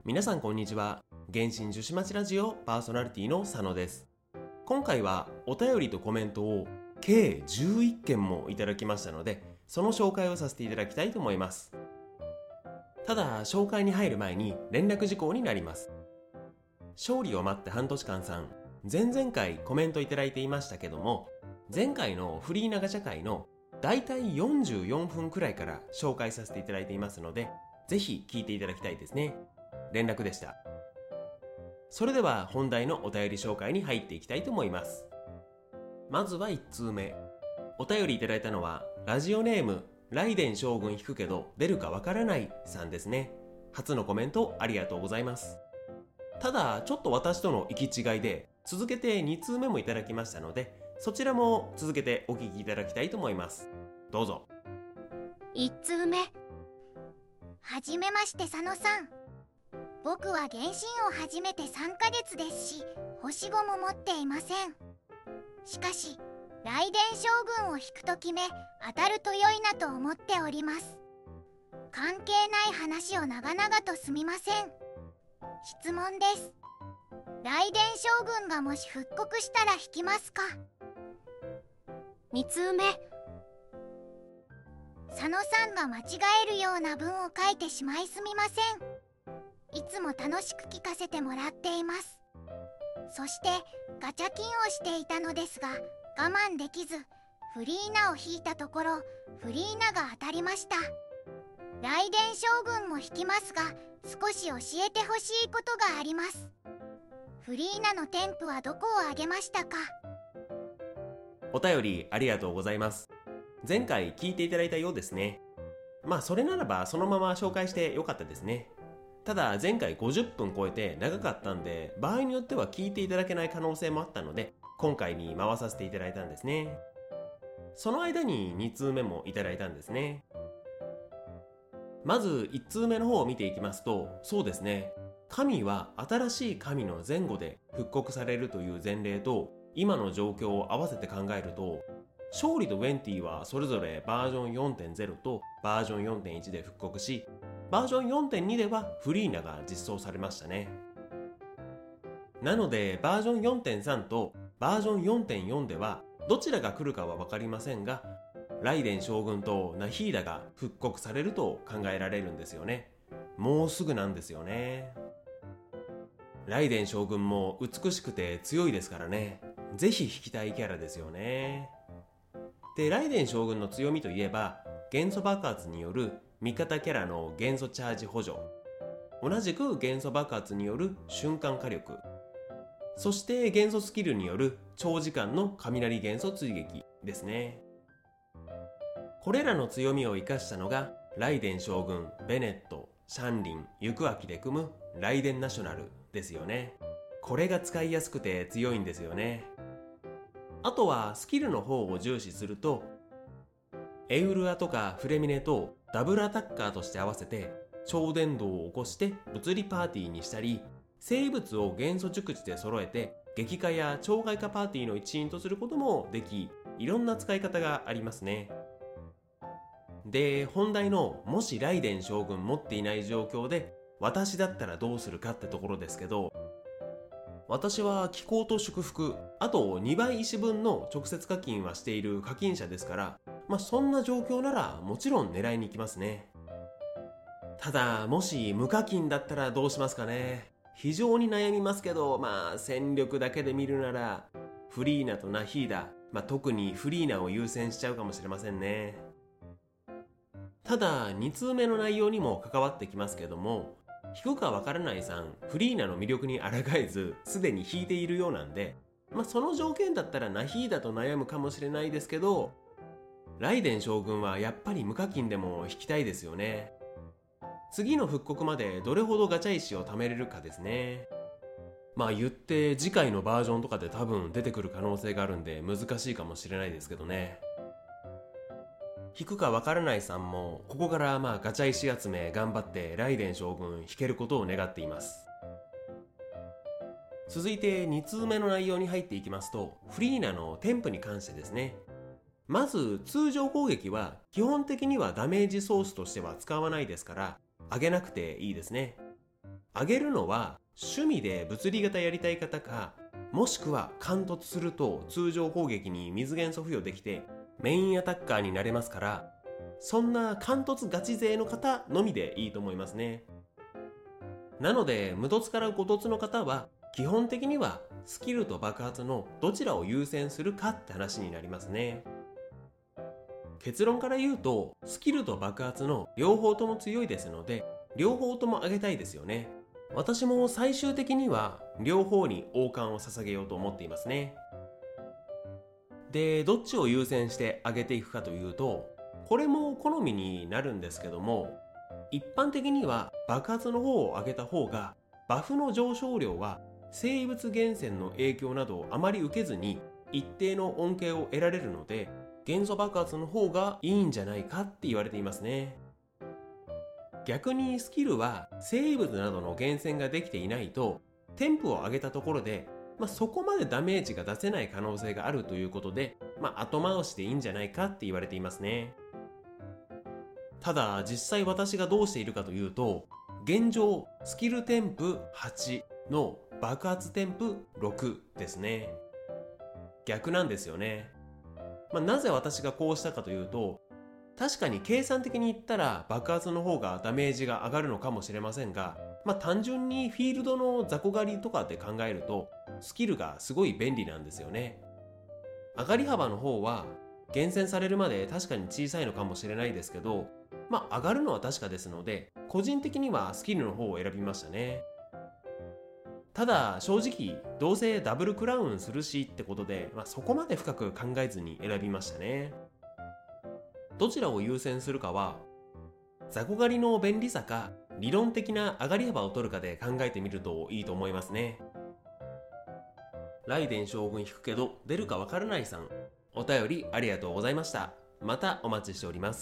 皆さんこんにちは。原神樹脂町ラジオパーソナリティの佐野です。今回はお便りとコメントを計11件もいただきましたので、その紹介をさせていただきたいと思います。ただ紹介に入る前に連絡事項になります。勝利を待って半年間さん、前々回コメントいただいていましたけども、前回のフリーナガチャ会のだいたい44分くらいから紹介させていただいていますので、ぜひ聞いていただきたいですね。連絡でした。それでは本題のお便り紹介に入っていきたいと思います。まずは1通目。お便りいただいたのはラジオネームライデン将軍引くけど出るかわからないさんですね。初のコメントありがとうございます。ただちょっと私との行き違いで続けて2通目もいただきましたので、そちらも続けてお聞きいただきたいと思います。どうぞ。 1通目。はじめまして佐野さん。僕は原神を始めて3ヶ月ですし、星5も持っていません。しかし雷電将軍を引くと決め、当たると良いなと思っております。関係ない話を長々とすみません。質問です。雷電将軍がもし復刻したら引きますか？2通目。佐野さんが間違えるような文を書いてしまいすみません。いつも楽しく聞かせてもらっています。そしてガチャ金をしていたのですが、我慢できずフリーナを引いたところ、フリーナが当たりました。雷電将軍も引きますが、少し教えてほしいことがあります。フリーナの添付はどこを挙げましたか？ お便りありがとうございます。前回聞いていただいたようですね。それならばそのまま紹介してよかったですね。ただ前回50分超えて長かったんで、場合によっては聞いていただけない可能性もあったので、今回に回させていただいたんですね。その間に2通目もいただいたんですね。まず1通目の方を見ていきますと、そうですね、神は新しい神の前後で復刻されるという前例と今の状況を合わせて考えると、勝利とウェンティはそれぞれバージョン 4.0 とバージョン 4.1 で復刻し、バージョン 4.2 ではフリーナが実装されましたね。なのでバージョン 4.3 とバージョン 4.4 ではどちらが来るかは分かりませんが、ライデン将軍とナヒーダが復刻されると考えられるんですよね。もうすぐなんですよね。ライデン将軍も美しくて強いですからね、ぜひ引きたいキャラですよね。で、ライデン将軍の強みといえば、元素爆発による味方キャラの元素チャージ補助、同じく元素爆発による瞬間火力、そして元素スキルによる長時間の雷元素追撃ですね。これらの強みを生かしたのがライデン将軍、ベネット、シャンリン、ユクアキで組むライデンナショナルですよね。これが使いやすくて強いんですよね。あとはスキルの方を重視すると、エウルアとかフレミネとダブルアタッカーとして合わせて超伝導を起こして物理パーティーにしたり、生物を元素熟知で揃えて撃破や超外化パーティーの一員とすることもでき、いろんな使い方がありますね。で、本題のもしライデン将軍持っていない状況で私だったらどうするかってところですけど、私は気候と祝福、あと2倍石分の直接課金はしている課金者ですから、そんな状況ならもちろん狙いに行きますね。ただもし無課金だったらどうしますかね。非常に悩みますけど、戦力だけで見るならフリーナとナヒーダ、特にフリーナを優先しちゃうかもしれませんね。ただ2通目の内容にも関わってきますけども、引くかわからないさん、フリーナの魅力に抗えずすでに引いているようなんで、その条件だったらナヒーダと悩むかもしれないですけど、ライデン将軍はやっぱり無課金でも引きたいですよね。次の復刻までどれほどガチャ石を貯めれるかですね。言って次回のバージョンとかで多分出てくる可能性があるんで難しいかもしれないですけどね。引くかわからないさんもここからガチャ石集め頑張ってライデン将軍引けることを願っています。続いて2通目の内容に入っていきますと、フリーナの添付に関してですね。まず通常攻撃は基本的にはダメージソースとしては使わないですから、上げなくていいですね。 上げるのは趣味で物理型やりたい方か、もしくは貫突すると通常攻撃に水元素付与できてメインアタッカーになれますから、そんな貫突ガチ勢の方のみでいいと思いますね。なので無凸から5凸の方は基本的にはスキルと爆発のどちらを優先するかって話になりますね。結論から言うと、スキルと爆発の両方とも強いですので、両方とも上げたいですよね。私も最終的には両方に王冠を捧げようと思っていますね。で、どっちを優先して上げていくかというと、これも好みになるんですけども、一般的には爆発の方を上げた方がバフの上昇量は生物源泉の影響などをあまり受けずに一定の恩恵を得られるので、元素爆発の方がいいんじゃないかって言われていますね。逆にスキルは生物などの源泉ができていないと、添付を上げたところで、そこまでダメージが出せない可能性があるということで、後回しでいいんじゃないかって言われていますね。ただ実際私がどうしているかというと、現状スキル添付8の爆発添付6ですね。逆なんですよね。なぜ私がこうしたかというと、確かに計算的に言ったら爆発の方がダメージが上がるのかもしれませんが、単純にフィールドの雑魚狩りとかで考えるとスキルがすごい便利なんですよね。上がり幅の方は厳選されるまで確かに小さいのかもしれないですけど、上がるのは確かですので、個人的にはスキルの方を選びましたね。ただ正直どうせダブルクラウンするしってことで、そこまで深く考えずに選びましたね。どちらを優先するかは雑魚狩りの便利さか理論的な上がり幅を取るかで考えてみるといいと思いますね。ライデン将軍引くけど出るかわからないさん、お便りありがとうございました。またお待ちしております。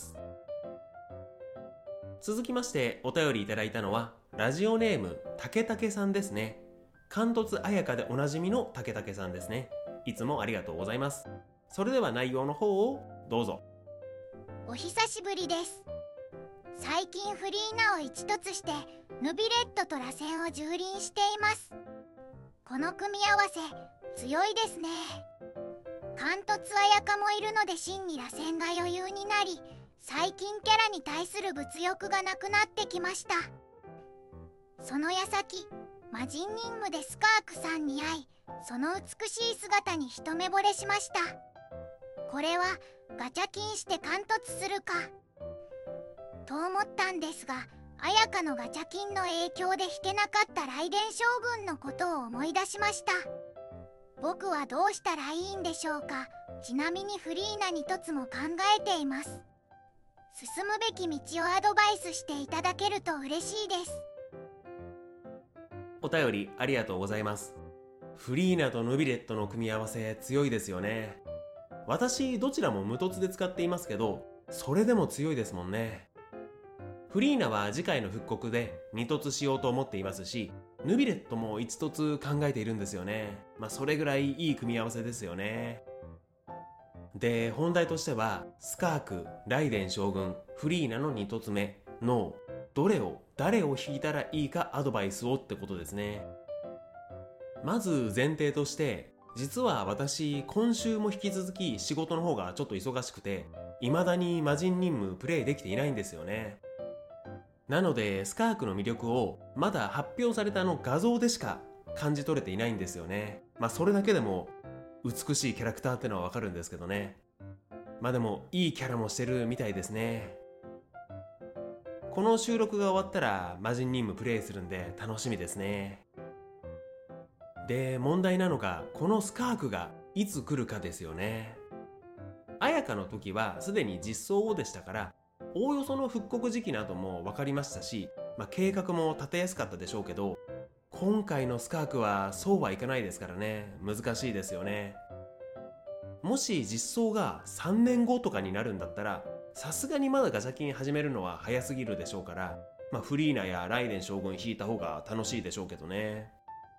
続きましてお便りいただいたのはラジオネーム竹竹さんですね。貫突あやかでおなじみの竹竹さんですね。いつもありがとうございます。それでは内容の方をどうぞ。 お久しぶりです。最近フリーナを一突してヌビレットと螺旋を蹂躙しています。この組み合わせ強いですね。貫突あやかもいるので真に螺旋が余裕になり、最近キャラに対する物欲がなくなってきました。その矢先魔人任務でスカークさんに会い、その美しい姿に一目惚れしました。これはガチャキンして貫突するかと思ったんですが、あやかのガチャキンの影響で引けなかった雷電将軍のことを思い出しました。僕はどうしたらいいんでしょうか。ちなみにフリーナに凸も考えています。進むべき道をアドバイスしていただけると嬉しいです。 お便りありがとうございます。フリーナとヌビレットの組み合わせ強いですよね。私どちらも無凸で使っていますけど、それでも強いですもんね。フリーナは次回の復刻で2凸しようと思っていますし、ヌビレットも1凸考えているんですよね。それぐらいいい組み合わせですよね。で、本題としてはスカーク、ライデン将軍、フリーナの2凸目の誰を引いたらいいかアドバイスをってことですね。まず前提として、実は私今週も引き続き仕事の方がちょっと忙しくて、未だに魔人任務プレイできていないんですよね。なのでスカークの魅力をまだ発表された画像でしか感じ取れていないんですよね。それだけでも美しいキャラクターってのはわかるんですけどね。でもいいキャラもしてるみたいですね。この収録が終わったら魔人任務プレイするんで楽しみですね。で、問題なのがこのスカークがいつ来るかですよね。あやかの時はすでに実装後でしたから、おおよその復刻時期なども分かりましたし、計画も立てやすかったでしょうけど、今回のスカークはそうはいかないですからね。難しいですよね。もし実装が3年後とかになるんだったら、さすがにまだガチャキン始めるのは早すぎるでしょうから、フリーナやライデン将軍引いた方が楽しいでしょうけどね。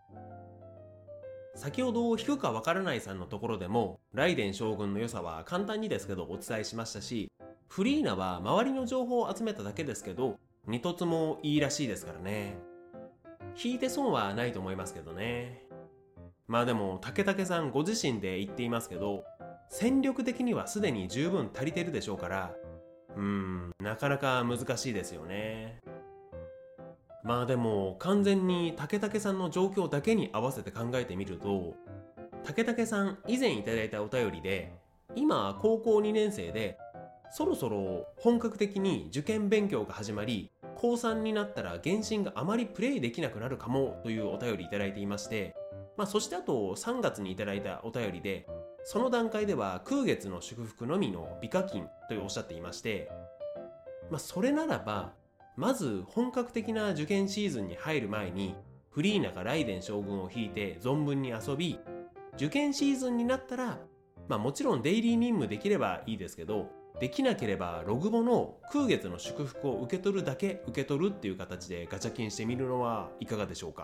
先ほど引くかわからないさんのところでもライデン将軍の良さは簡単にですけどお伝えしましたし、フリーナは周りの情報を集めただけですけど2凸もいいらしいですからね。 引いて損はないと思いますけどね。まあでも竹武さんご自身で言っていますけど、戦力的にはすでに十分足りてるでしょうから、なかなか難しいですよね。まあでも完全に竹武さんの状況だけに合わせて考えてみると、竹武さん以前いただいたお便りで、今高校2年生でそろそろ本格的に受験勉強が始まり、高3になったら原神があまりプレイできなくなるかもというお便りいただいていまして、そしてあと3月にいただいたお便りで、その段階では空月の祝福のみの美課金とおっしゃっていまして、それならばまず本格的な受験シーズンに入る前にフリーナがライデン将軍を引いて存分に遊び、受験シーズンになったらもちろんデイリー任務できればいいですけど、できなければログボの空月の祝福を受け取るだけ受け取るっていう形でガチャ金してみるのはいかがでしょうか。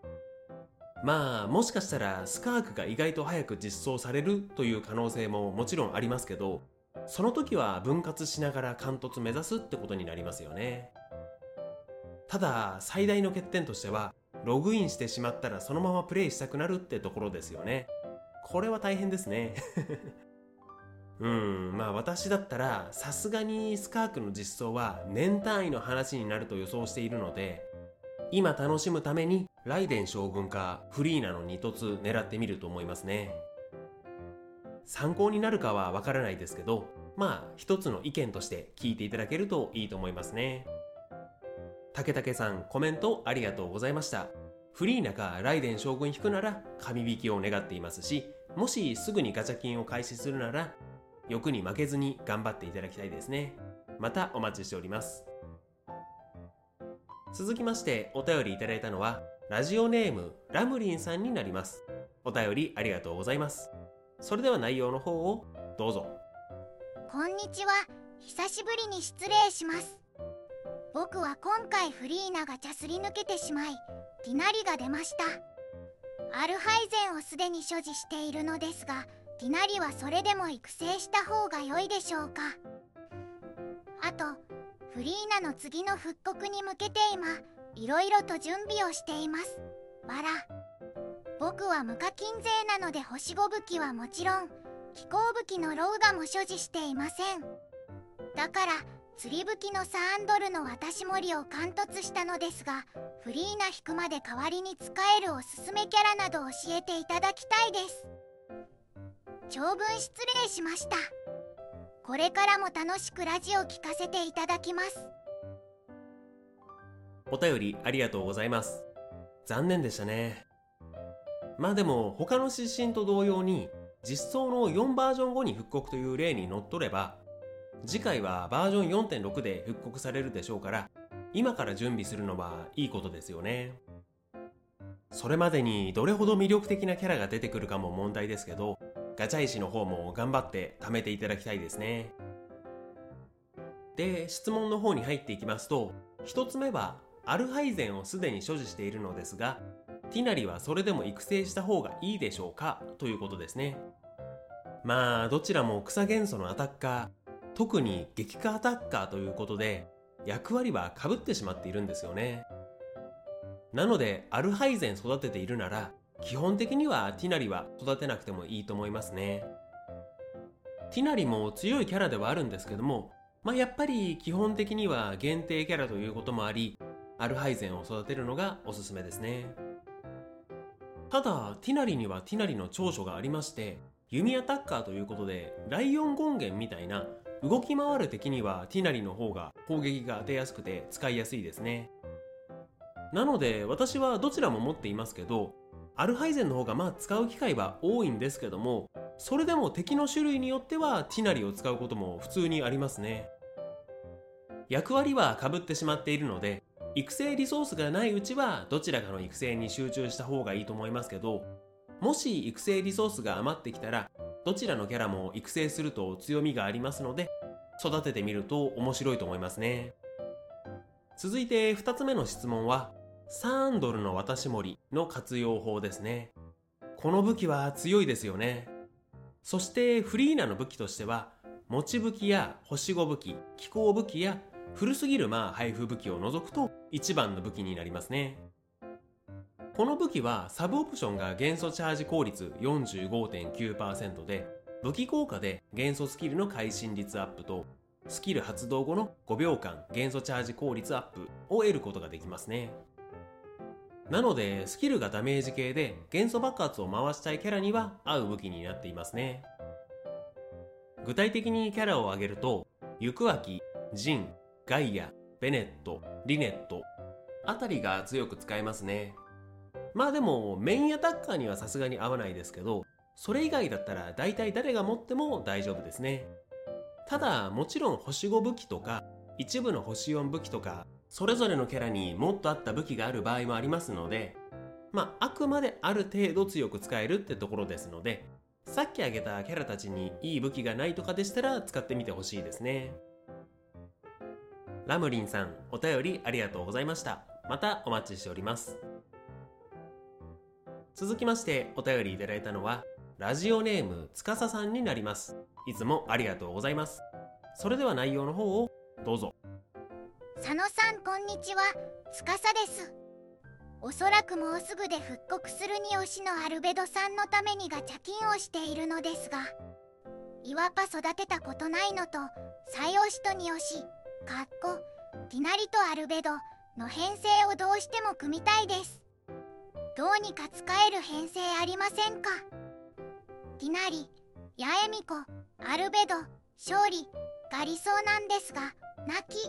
もしかしたらスカークが意外と早く実装されるという可能性ももちろんありますけど、その時は分割しながら貫突目指すってことになりますよね。ただ最大の欠点としては、ログインしてしまったらそのままプレイしたくなるってところですよね。これは大変ですね。私だったらさすがにスカークの実装は年単位の話になると予想しているので、今楽しむためにライデン将軍かフリーナの2突狙ってみると思いますね。参考になるかはわからないですけど、一つの意見として聞いていただけるといいと思いますね。竹武さん、コメントありがとうございました。フリーナかライデン将軍引くなら神引きを願っていますし、もしすぐにガチャ金を開始するなら欲に負けずに頑張っていただきたいですね。またお待ちしております。続きましてお便りいただいたのはラジオネームラムリンさんになります。お便りありがとうございます。それでは内容の方をどうぞ。 こんにちは。久しぶりに失礼します。僕は今回フリーナがすり抜けてしまい、ティナリが出ました。アルハイゼンをすでに所持しているのですが、ティナリはそれでも育成した方が良いでしょうか。あとフリーナの次の復刻に向けて今いろいろと準備をしています。僕は無課金勢なので星5武器はもちろん、気候武器のロウガも所持していません。だから釣り武器のサーンドルの渡し森を貫突したのですが、フリーナ引くまで代わりに使えるおすすめキャラなど教えていただきたいです。長文失礼しました。これからも楽しくラジオ聞かせていただきます。 お便りありがとうございます。残念でしたね。でも他の指針と同様に実装の4バージョン後に復刻という例にのっとれば、次回はバージョン 4.6 で復刻されるでしょうから、今から準備するのはいいことですよね。それまでにどれほど魅力的なキャラが出てくるかも問題ですけど、ガチャ石の方も頑張って貯めていただきたいですね。で、質問の方に入っていきますと、一つ目はアルハイゼンをすでに所持しているのですが、ティナリはそれでも育成した方がいいでしょうかということですね。どちらも草元素のアタッカー、特に激化アタッカーということで役割は被ってしまっているんですよね。なのでアルハイゼン育てているなら基本的にはティナリは育てなくてもいいと思いますね。ティナリも強いキャラではあるんですけども、やっぱり基本的には限定キャラということもあり、アルハイゼンを育てるのがおすすめですね。ただティナリにはティナリの長所がありまして、弓アタッカーということでライオン権現みたいな動き回る敵にはティナリの方が攻撃が当てやすくて使いやすいですね。なので私はどちらも持っていますけど、アルハイゼンの方が使う機会は多いんですけども、それでも敵の種類によってはティナリを使うことも普通にありますね。役割は被ってしまっているので、育成リソースがないうちはどちらかの育成に集中した方がいいと思いますけど、もし育成リソースが余ってきたらどちらのキャラも育成すると強みがありますので、育ててみると面白いと思いますね。続いて2つ目の質問はサーンドルの渡し森の活用法ですね。この武器は強いですよね。そしてフリーナの武器としては持ち武器や星5武器、気候武器や古すぎる配布武器を除くと一番の武器になりますね。 この武器はサブオプションが元素チャージ効率 45.9% で、武器効果で元素スキルの会心率アップとスキル発動後の5秒間元素チャージ効率アップを得ることができますね。なのでスキルがダメージ系で元素爆発を回したいキャラには合う武器になっていますね。具体的にキャラを挙げると、行く秋、ジン、ガイア、ベネット、リネットあたりが強く使えますね。まあでもメインアタッカーにはさすがに合わないですけど、それ以外だったら大体誰が持っても大丈夫ですね。ただもちろん星5武器とか一部の星4武器とかそれぞれのキャラにもっと合った武器がある場合もありますので、あくまである程度強く使えるってところですので、さっき挙げたキャラたちにいい武器がないとかでしたら使ってみてほしいですね。ラムリンさん、お便りありがとうございました。またお待ちしております。続きましてお便りいただいたのはラジオネームつかささんになります。いつもありがとうございます。それでは内容の方をどうぞ。 佐野さんこんにちは、つかさです。おそらくもうすぐで復刻するに推しのアルベドさんのためにガチャ金をしているのですが、岩パ育てたことないのと再推しとに推しティナリとアルベドの編成をどうしても組みたいです。どうにか使える編成ありませんか？ティナリ、ヤエミコ、アルベド、勝利が理想なんですが、泣き。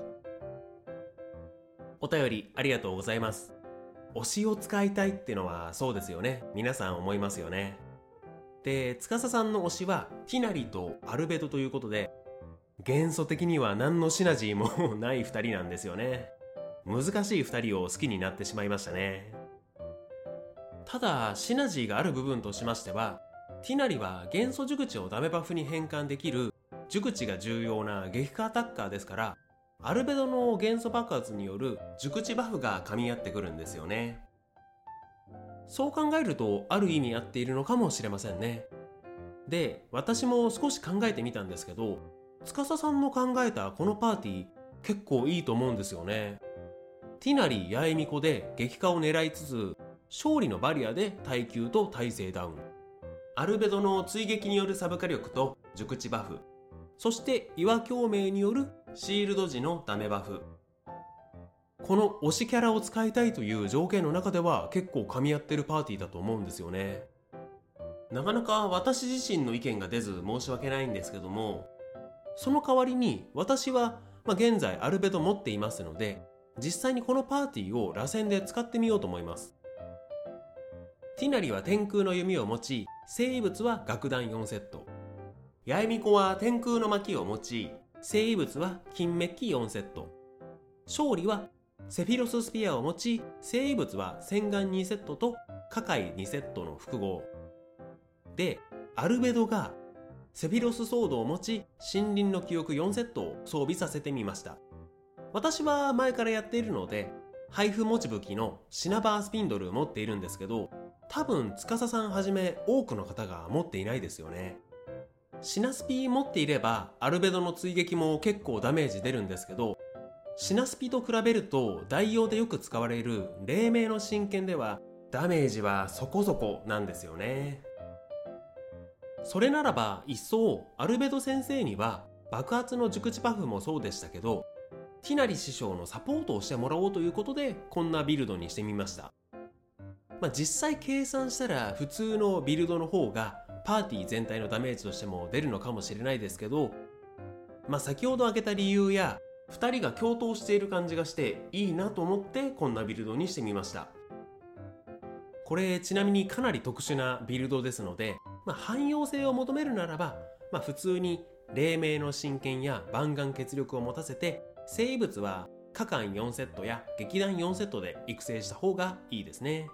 お便りありがとうございます。推しを使いたいってのはそうですよね。皆さん思いますよね。で、司さんの推しはティナリとアルベドということで、元素的には何のシナジーもない2人なんですよね。難しい2人を好きになってしまいましたね。ただシナジーがある部分としましては、ティナリは元素熟知をダメバフに変換できる熟知が重要な激化アタッカーですから、アルベドの元素爆発による熟知バフが噛み合ってくるんですよね。そう考えるとある意味合っているのかもしれませんね。で、私も少し考えてみたんですけど、司さんの考えたこのパーティー結構いいと思うんですよね。ティナリ、ヤエミコで激化を狙いつつ、勝利のバリアで耐久と耐性ダウン、アルベドの追撃によるサブ火力と熟知バフ、そして岩共鳴によるシールド時のダメバフ。この推しキャラを使いたいという条件の中では結構噛み合ってるパーティーだと思うんですよね。なかなか私自身の意見が出ず申し訳ないんですけども、その代わりに私は現在アルベド持っていますので、実際にこのパーティーを螺旋で使ってみようと思います。ティナリは天空の弓を持ち、生物は楽弾4セット。ヤエミコは天空の巻を持ち、生物は金メッキ4セット。勝利はセフィロススピアを持ち、生物は洗顔2セットと火海2セットの複合で、アルベドがセフィロスソードを持ち、森林の記憶4セットを装備させてみました。私は前からやっているので、配布持ち武器のシナバースピンドル持っているんですけど、多分司さんはじめ多くの方が持っていないですよね。シナスピ持っていればアルベドの追撃も結構ダメージ出るんですけど、シナスピと比べると代用でよく使われる黎明の神剣ではダメージはそこそこなんですよね。それならば一層アルベド先生には爆発の熟知バフもそうでしたけど、ティナリ師匠のサポートをしてもらおうということでこんなビルドにしてみました。実際計算したら普通のビルドの方がパーティー全体のダメージとしても出るのかもしれないですけど、先ほど挙げた理由や2人が共闘している感じがしていいなと思ってこんなビルドにしてみました。これちなみにかなり特殊なビルドですので、汎用性を求めるならば、普通に黎明の神剣や万眼血力を持たせて、生物は火管4セットや劇団4セットで育成した方がいいですね。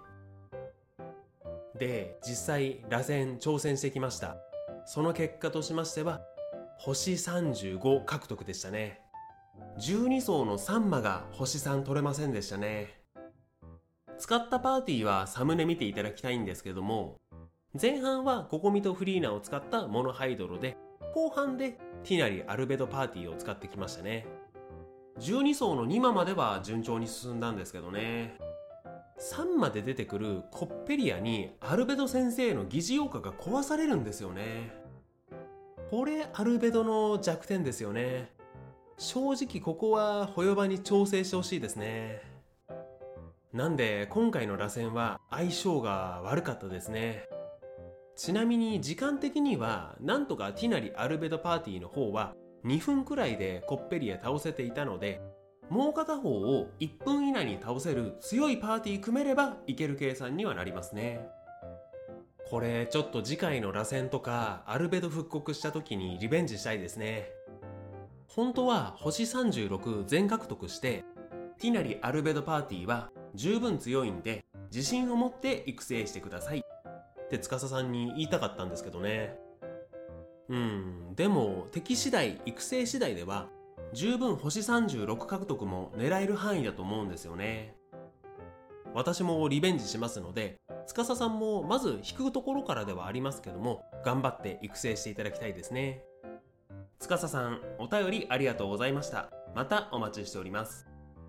で、実際螺旋挑戦してきました。その結果としましては星35獲得でしたね。12層のサンマが星3取れませんでしたね。使ったパーティーはサムネ見ていただきたいんですけども、前半はココミとフリーナを使ったモノハイドロで、後半でティナリアルベドパーティーを使ってきましたね。12層の2マまでは順調に進んだんですけどね。 3まで出てくるコッペリアにアルベド先生の疑似効果が壊されるんですよね。これアルベドの弱点ですよね。正直ここはホヨバに調整してほしいですね。なんで今回の螺旋は相性が悪かったですね。ちなみに時間的にはなんとかティナリアルベドパーティーの方は2分くらいでコッペリア倒せていたので、もう片方を1分以内に倒せる強いパーティー組めればいける計算にはなりますね。これちょっと次回の螺旋とかアルベド復刻した時にリベンジしたいですね。本当は星36全獲得してティナリアルベドパーティーは十分強いんで自信を持って育成してくださいって司さんに言いたかったんですけどね。でも敵次第育成次第では十分星36獲得も狙える範囲だと思うんですよね。私もリベンジしますので、司さんもまず引くところからではありますけども頑張って育成していただきたいですね。司さん、お便りありがとうございました。またお待ちしております。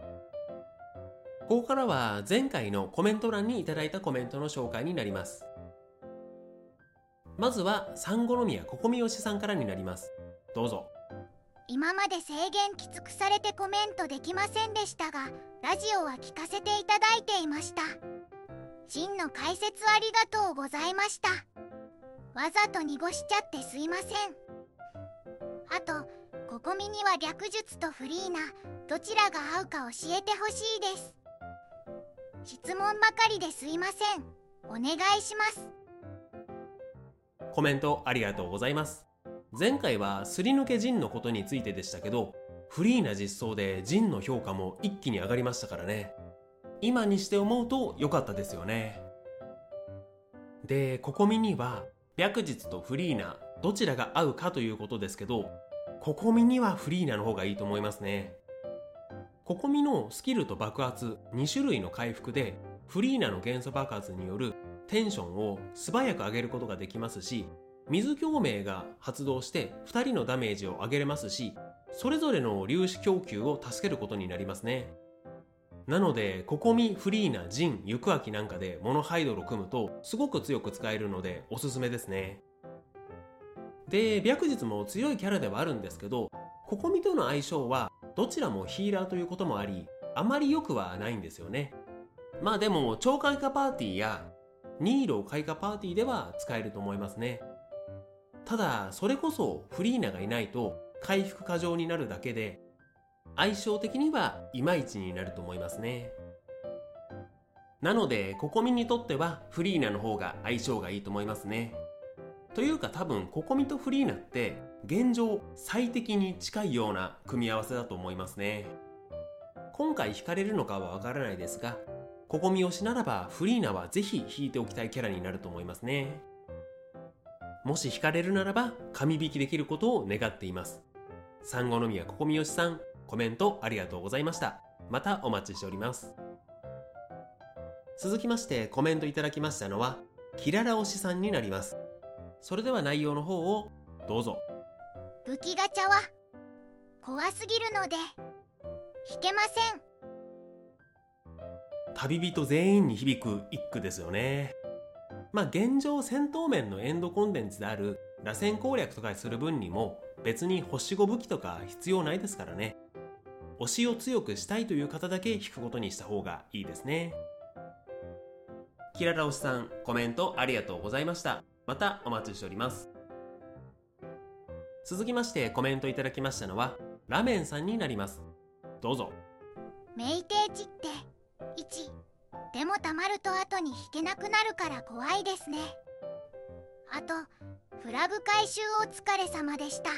ここからは前回のコメント欄にいただいたコメントの紹介になります。まずはサンゴノミヤココミヨシさんからになります。どうぞ。 今まで制限きつくされてコメントできませんでしたが、ラジオは聞かせていただいていました。ジンの解説ありがとうございました。わざと濁しちゃってすいません。あと、ココミには略術とフリーナどちらが合うか教えてほしいです。質問ばかりですいません。お願いします。 コメントありがとうございます。前回はすり抜けジンのことについてでしたけど、フリーな実装でジンの評価も一気に上がりましたからね。今にして思うと良かったですよね。で、ココミには白術とフリーナどちらが合うかということですけど、ココミにはフリーナの方がいいと思いますね。ココミのスキルと爆発2種類の回復でフリーナの元素爆発によるテンションを素早く上げることができますし、水共鳴が発動して2人のダメージを上げれますし、それぞれの粒子供給を助けることになりますね。なのでココミ、フリーナ、ジン、ユクアキなんかでモノハイドロ組むとすごく強く使えるのでおすすめですね。で、白術も強いキャラではあるんですけど、ココミとの相性はどちらもヒーラーということもあり、あまり良くはないんですよね。まあでも超開花パーティーやニーロ開花パーティーでは使えると思いますね。ただそれこそフリーナがいないと回復過剰になるだけで、相性的にはいまいちになると思いますね。なのでココミにとってはフリーナの方が相性がいいと思いますね。というか多分ココミとフリーナって現状最適に近いような組み合わせだと思いますね。今回引かれるのかはわからないですが、ココミ推しならばフリーナはぜひ引いておきたいキャラになると思いますね。もし引かれるならば神引きできることを願っています。サンゴノミヤココミヨシさん、コメントありがとうございました。またお待ちしております。続きましてコメントいただきましたのはキララ推しさんになります。それでは内容の方をどうぞ。 武器ガチャは怖すぎるので引けません。 旅人全員に響く一句ですよね。現状戦闘面のエンドコンテンツである螺旋攻略とかする分にも別に星5武器とか必要ないですからね。推しを強くしたいという方だけ引くことにした方がいいですね。キララ推しさん、コメントありがとうございました。またお待ちしております。続きましてコメントいただきましたのはラメンさんになります。どうぞ。 メイテーチって1でも溜まると後に引けなくなるから怖いですね。あとフラグ回収お疲れ様でした。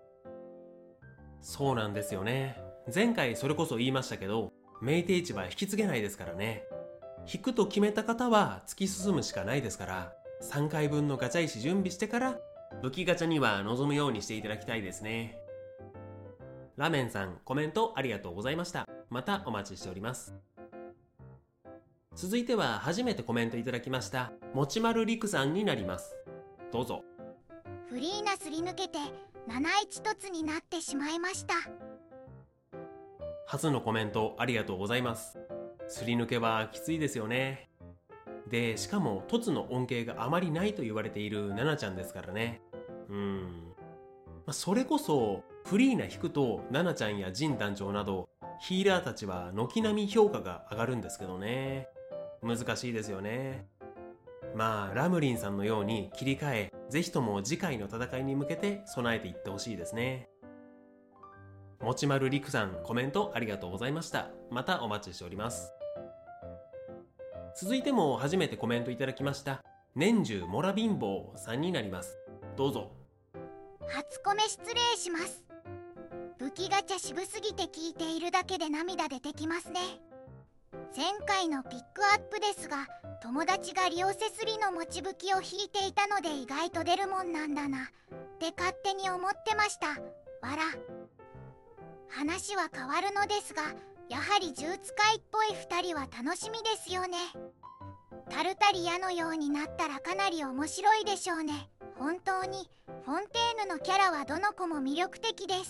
そうなんですよね。前回それこそ言いましたけど、メイテイチは引き継げないですからね。引くと決めた方は突き進むしかないですから、3回分のガチャ石準備してから武器ガチャには臨むようにしていただきたいですね。ラメンさん、コメントありがとうございました。またお待ちしております。続いては初めてコメントいただきましたもちまるりくさんになります。どうぞ。 フリーナすり抜けて71突になってしまいました。 初のコメントありがとうございます。 すり抜けはきついですよね。で、しかも凸の恩恵があまりないと言われているナナちゃんですからね。それこそフリーナ引くとナナちゃんやジン団長などヒーラーたちは軒並み評価が上がるんですけどね。難しいですよね。ラムリンさんのように切り替え、ぜひとも次回の戦いに向けて備えていってほしいですね。もちまるりくさん、コメントありがとうございました。またお待ちしております。続いても初めてコメントいただきました年中モラ貧乏さんになります。どうぞ。 初コメ失礼します。武器ガチャ渋すぎて聞いているだけで涙出てきますね。前回のピックアップですが、友達がリオセスリの持ち武器を引いていたので意外と出るもんなんだなって勝手に思ってました。わら。話は変わるのですが、やはり銃使いっぽい2人は楽しみですよね。タルタリアのようになったらかなり面白いでしょうね。本当にフォンテーヌのキャラはどの子も魅力的です。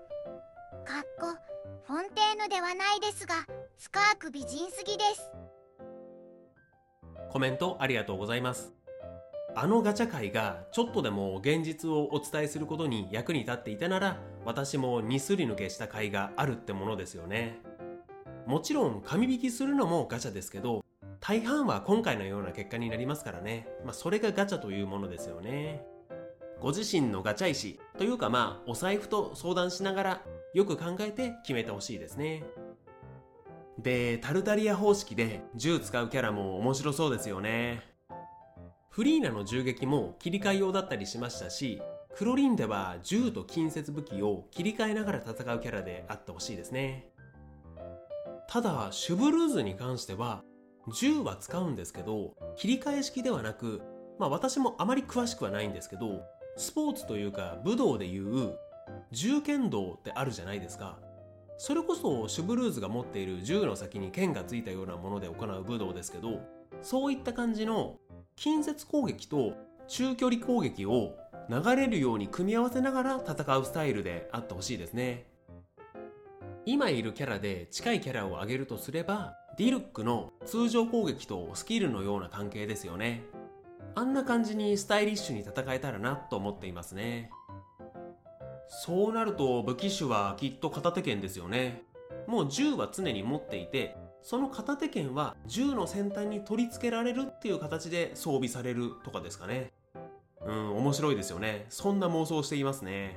フォンテーヌではないですが、スカーク美人すぎです。 コメントありがとうございます。あのガチャ界がちょっとでも現実をお伝えすることに役に立っていたなら、私も2すり抜けした甲斐があるってものですよね。もちろん紙引きするのもガチャですけど、大半は今回のような結果になりますからね。それがガチャというものですよね。ご自身のガチャ石というかお財布と相談しながらよく考えて決めてほしいですね。で、タルタリア方式で銃使うキャラも面白そうですよね。フリーナの銃撃も切り替え用だったりしましたし、クロリンでは銃と近接武器を切り替えながら戦うキャラであってほしいですね。ただシュブルーズに関しては銃は使うんですけど、切り替え式ではなく、私もあまり詳しくはないんですけど、スポーツというか武道でいう銃剣道ってあるじゃないですか。それこそシュブルーズが持っている銃の先に剣がついたようなもので行う武道ですけど、そういった感じの近接攻撃と中距離攻撃を流れるように組み合わせながら戦うスタイルであってほしいですね。今いるキャラで近いキャラを挙げるとすれば、ディルックの通常攻撃とスキルのような関係ですよね。あんな感じにスタイリッシュに戦えたらなと思っていますね。そうなると武器種はきっと片手剣ですよね。もう銃は常に持っていて、その片手剣は銃の先端に取り付けられるっていう形で装備されるとかですかね。面白いですよね。そんな妄想していますね。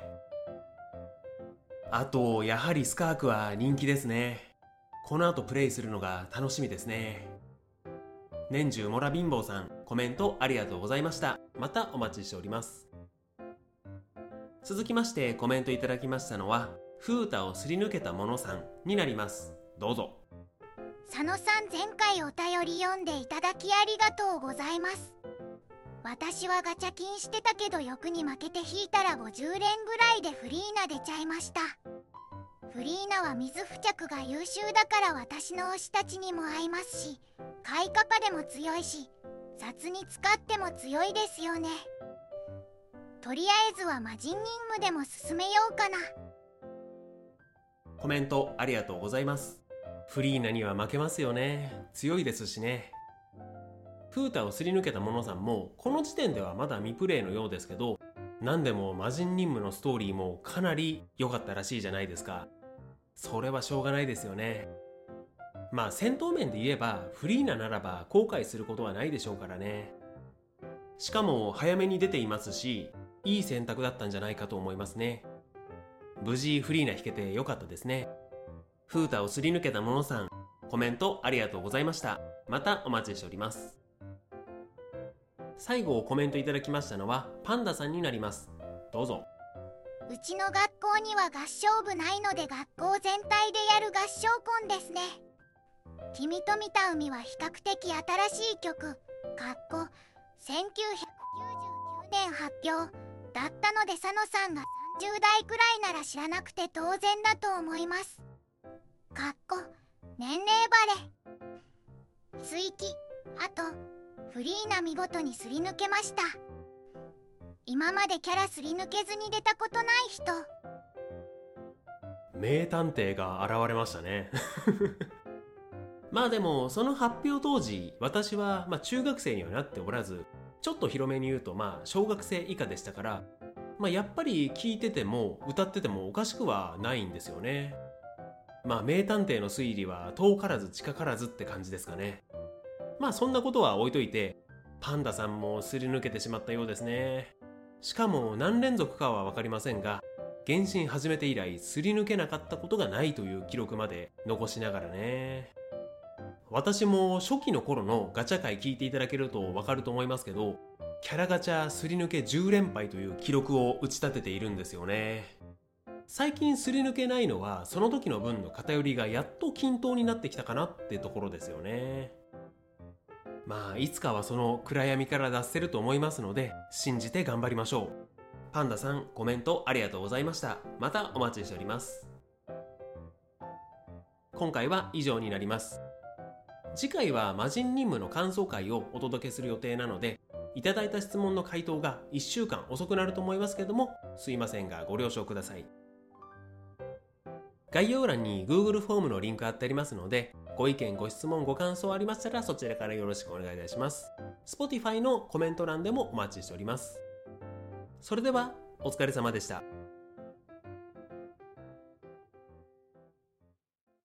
あとやはりスカークは人気ですね。この後プレイするのが楽しみですね。年中モラ貧乏さん、コメントありがとうございました。またお待ちしております。続きましてコメントいただきましたのはフータをすり抜けたものさんになります。どうぞ。 佐野さん、前回お便り読んでいただきありがとうございます。私はガチャ金してたけど欲に負けて引いたら50連ぐらいでフリーナ出ちゃいました。フリーナは水付着が優秀だから私の推したちにも合いますし、カイカカでも強いし、雑に使っても強いですよね。とりあえずは魔人任務でも進めようかな。 コメントありがとうございます。フリーナには負けますよね。強いですしね。フータをすり抜けたものさんもこの時点ではまだ未プレイのようですけど、何でも魔人任務のストーリーもかなり良かったらしいじゃないですか。それはしょうがないですよね。戦闘面で言えばフリーナならば後悔することはないでしょうからね。しかも早めに出ていますし、いい選択だったんじゃないかと思いますね。無事フリーナ引けてよかったですね。フータをすり抜けたものさん、コメントありがとうございました。またお待ちしております。最後コメントいただきましたのはパンダさんになります。どうぞ。 うちの学校には合唱部ないので学校全体でやる合唱コンですね。君と見た海は比較的新しい曲、1999年発表だったので、佐野さんが30代くらいなら知らなくて当然だと思います。年齢バレ。追記。あとフリーナ見事にすり抜けました。今までキャラすり抜けずに出たことない人。 名探偵が現れましたねまあでもその発表当時、私は中学生にはなっておらず、ちょっと広めに言うと小学生以下でしたから、やっぱり聴いてても歌っててもおかしくはないんですよね。名探偵の推理は遠からず近からずって感じですかね。そんなことは置いといて、パンダさんもすり抜けてしまったようですね。しかも何連続かは分かりませんが、原神始めて以来すり抜けなかったことがないという記録まで残しながらね。私も初期の頃のガチャ回聞いていただけると分かると思いますけど、キャラガチャすり抜け10連敗という記録を打ち立てているんですよね。最近すり抜けないのはその時の分の偏りがやっと均等になってきたかなってところですよね。いつかはその暗闇から脱せると思いますので、信じて頑張りましょう。パンダさん、コメントありがとうございました。またお待ちしております。今回は以上になります。次回は魔人任務の感想会をお届けする予定なので、いただいた質問の回答が1週間遅くなると思いますけども、すいませんがご了承ください。概要欄に Google フォームのリンク貼ってありますので、ご意見ご質問ご感想ありましたらそちらからよろしくお願いいたします。 Spotify のコメント欄でもお待ちしております。それではお疲れ様でした。